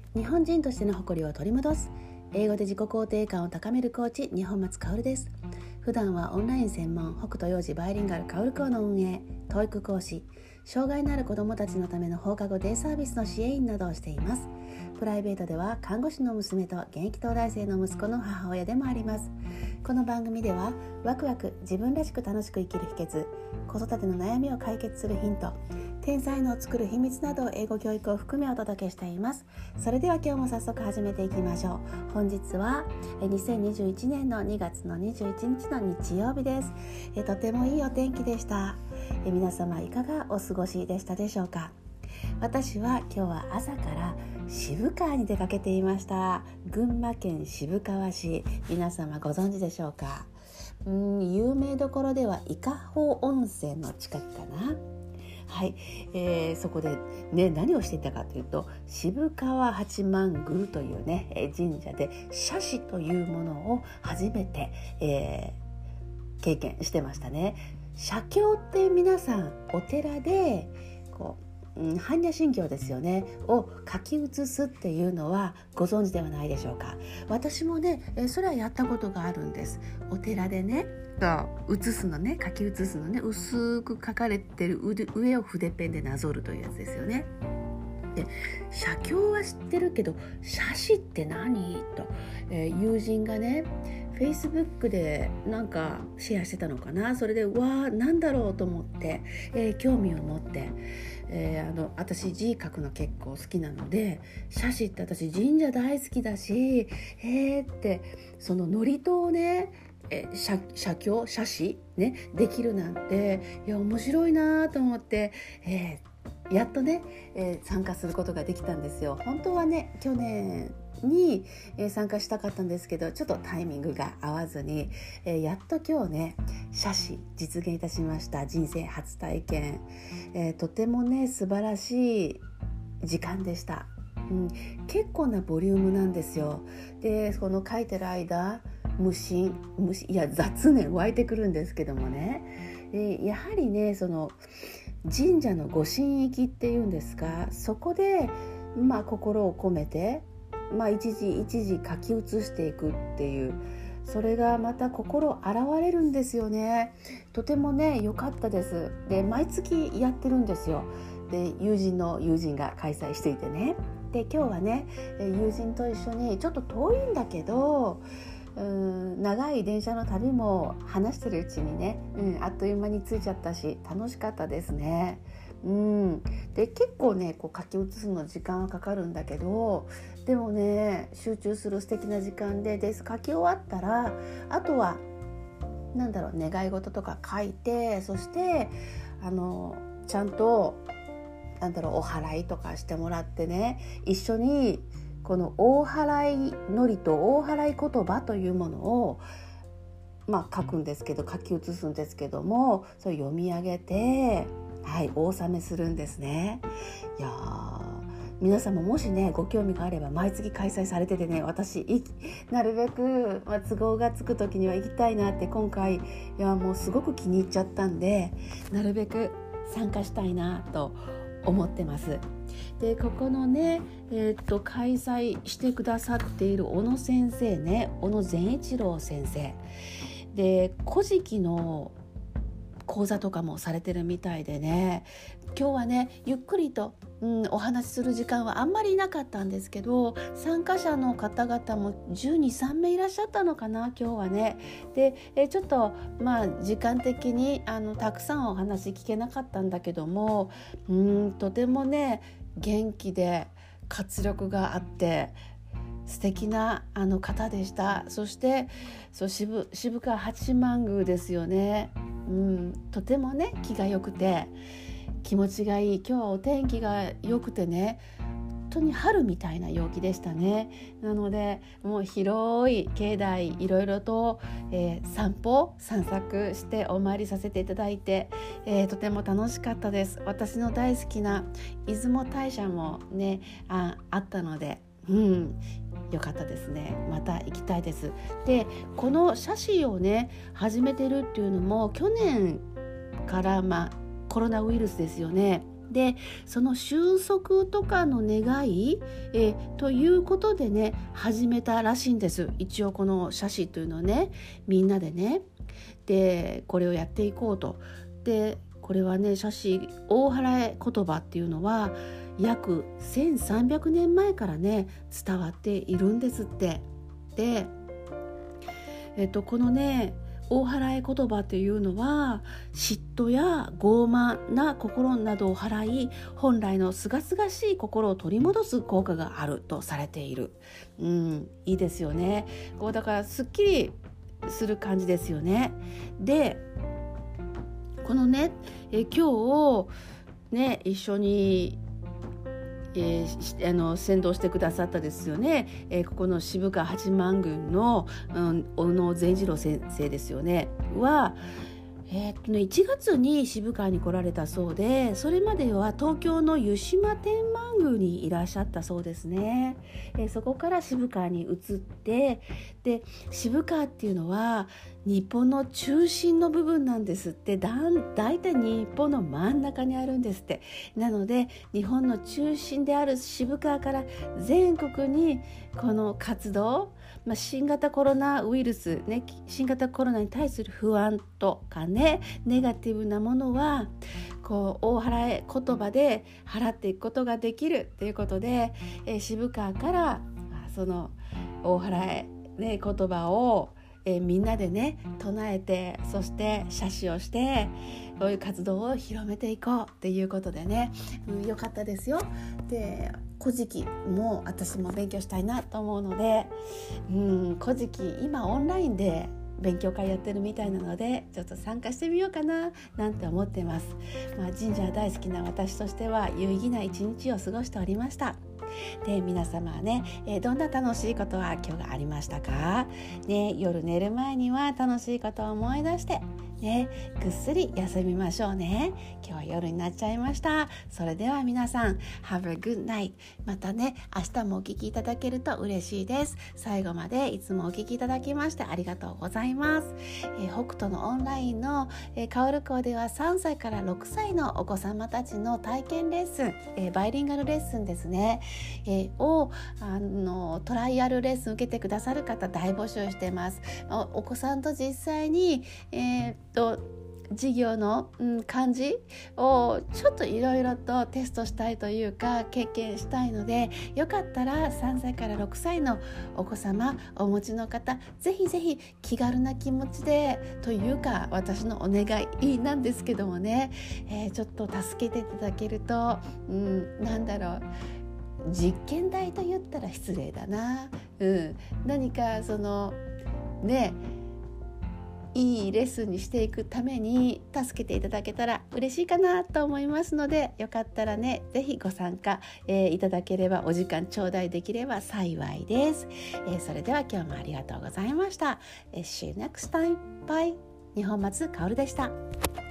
日本人としての誇りを取り戻す、英語で自己肯定感を高めるコーチ、二本松薫です。普段はオンライン専門北斗幼児バイリンガル薫校の運営、教育講師、障害のある子どもたちのための放課後デイサービスの支援員などをしています。プライベートでは看護師の娘と現役東大生の息子の母親でもあります。この番組ではワクワク自分らしく楽しく生きる秘訣、子育ての悩みを解決するヒント、天才のを作る秘密などを英語教育を含めお届けしています。それでは今日も早速始めていきましょう。本日は2021年の2月の21日の日曜日です。とてもいいお天気でした。皆様いかがお過ごしでしたでしょうか。私は今日は朝から渋川に出かけていました。群馬県渋川市、皆様ご存知でしょうか。有名どころでは伊香保温泉の近くかな。はい、そこで、何をしていたかというと、渋川八幡宮という神社で社祀というものを初めて、経験してましたね。写経って皆さんお寺で般若心経ですよねを書き写すっていうのはご存知ではないでしょうか。私もそれはやったことがあるんです。お寺で写すの書き写すの薄く書かれてる上を筆ペンでなぞるというやつですよね。で、写経は知ってるけど社祀って何と、友人がFacebook でシェアしてたのかな。それでなんだろうと思って、興味を持って、私字書くの結構好きなので、社祀って私神社大好きだし、ってその祝詞を写経写祀できるなんて面白いなと思って、やっと参加することができたんですよ。本当は去年に参加したかったんですけど、ちょっとタイミングが合わずに、やっと今日社祀実現いたしました。人生初体験、とても素晴らしい時間でした。結構なボリュームなんですよ。で、この書いてる間雑念湧いてくるんですけどもやはりその神社の御神域っていうんですか、そこで心を込めて一時書き写していくっていう、それがまた心洗われるんですよね。とても良かったです。で、毎月やってるんですよ。で、友人が開催していてで、今日は友人と一緒にちょっと遠いんだけど、長い電車の旅も話してるうちにあっという間に着いちゃったし、楽しかったですね。で、結構書き写すの時間はかかるんだけど、でも集中する素敵な時間で書き終わったら、あとは願い事とか書いて、そしてちゃんとお祓いとかしてもらって一緒にこの大祓いのりと大祓い言葉というものを書くんですけど、書き写すんですけども、それ読み上げてお納めするんですね。いや皆様もしご興味があれば、毎月開催されてて私なるべく、都合がつく時には行きたいなって、今回もうすごく気に入っちゃったんで、なるべく参加したいなと思ってます。で、ここの開催してくださっている小野先生小野善一郎先生で、古事記の講座とかもされてるみたいで今日はゆっくりと、お話しする時間はあんまりいなかったんですけど、参加者の方々も12、3名いらっしゃったのかな、今日はで、ちょっと時間的にたくさんお話聞けなかったんだけども、とても元気で活力があって素敵な方でした。そして渋川八幡宮ですよね。とても気が良くて気持ちがいい。今日はお天気が良くて本当に春みたいな陽気でしたね。なのでもう広い境内いろいろと、散策してお参りさせていただいて、とても楽しかったです。私の大好きな出雲大社もあったので、よかったですね。また行きたいです。で、この写真を始めてるっていうのも去年からコロナウイルスですよね。 でその収束とかの願い、ということでね始めたらしいんです。一応この写真というのはね、みんなでね、でこれをやっていこうと。でこれはね、写真大祓言葉っていうのは約1300年前からね伝わっているんですって。で、このね大祓言葉というのは嫉妬や傲慢な心などを払い、本来のすがすがしい心を取り戻す効果があるとされている。いいですよね。こうだからすっきりする感じですよね。でこのね、今日ね一緒に先導してくださったですよね、ここの渋川八幡宮の、小野善次郎先生ですよねは、1月に渋川に来られたそうで、それまでは東京の湯島天満宮にいらっしゃったそうですね。そこから渋川に移って、で渋川っていうのは日本の中心の部分なんですって。だいたい日本の真ん中にあるんですって。なので日本の中心である渋川から全国にこの活動、新型コロナウイルス、ね、新型コロナに対する不安とかね、ネガティブなものはこう大祓言葉で払っていくことができるということで、渋川からその大祓言葉をみんなでね唱えて、そして写真をしてこういう活動を広めていこうっていうことでね、よかったですよ。で古事記も私も勉強したいなと思うので、古事記今オンラインで勉強会やってるみたいなので、ちょっと参加してみようかななんて思ってます。神社大好きな私としては有意義な一日を過ごしておりました。で皆様はね、どんな楽しいことは今日がありましたか、ね、夜寝る前には楽しいことを思い出して、ね、ぐっすり休みましょうね。今日は夜になっちゃいました。それでは皆さん Have a good night。 またね明日もお聞きいただけると嬉しいです。最後までいつもお聞きいただきましてありがとうございます。北斗のオンラインの、カオル校では3歳から6歳のお子様たちの体験レッスン、バイリンガルレッスンですね、をトライアルレッスン受けてくださる方大募集してます。お子さんと実際に授業の、漢字をちょっといろいろとテストしたいというか経験したいので、よかったら3歳から6歳のお子様お持ちの方、ぜひぜひ気軽な気持ちでというか私のお願いなんですけどもね、ちょっと助けていただけると、なんだろう、実験台と言ったら失礼だな、何かそのねいいレッスンにしていくために助けていただけたら嬉しいかなと思いますので、よかったらねぜひご参加、いただければ、お時間頂戴できれば幸いです。それでは今日もありがとうございました。See you next time. Bye. 二本松かおるでした。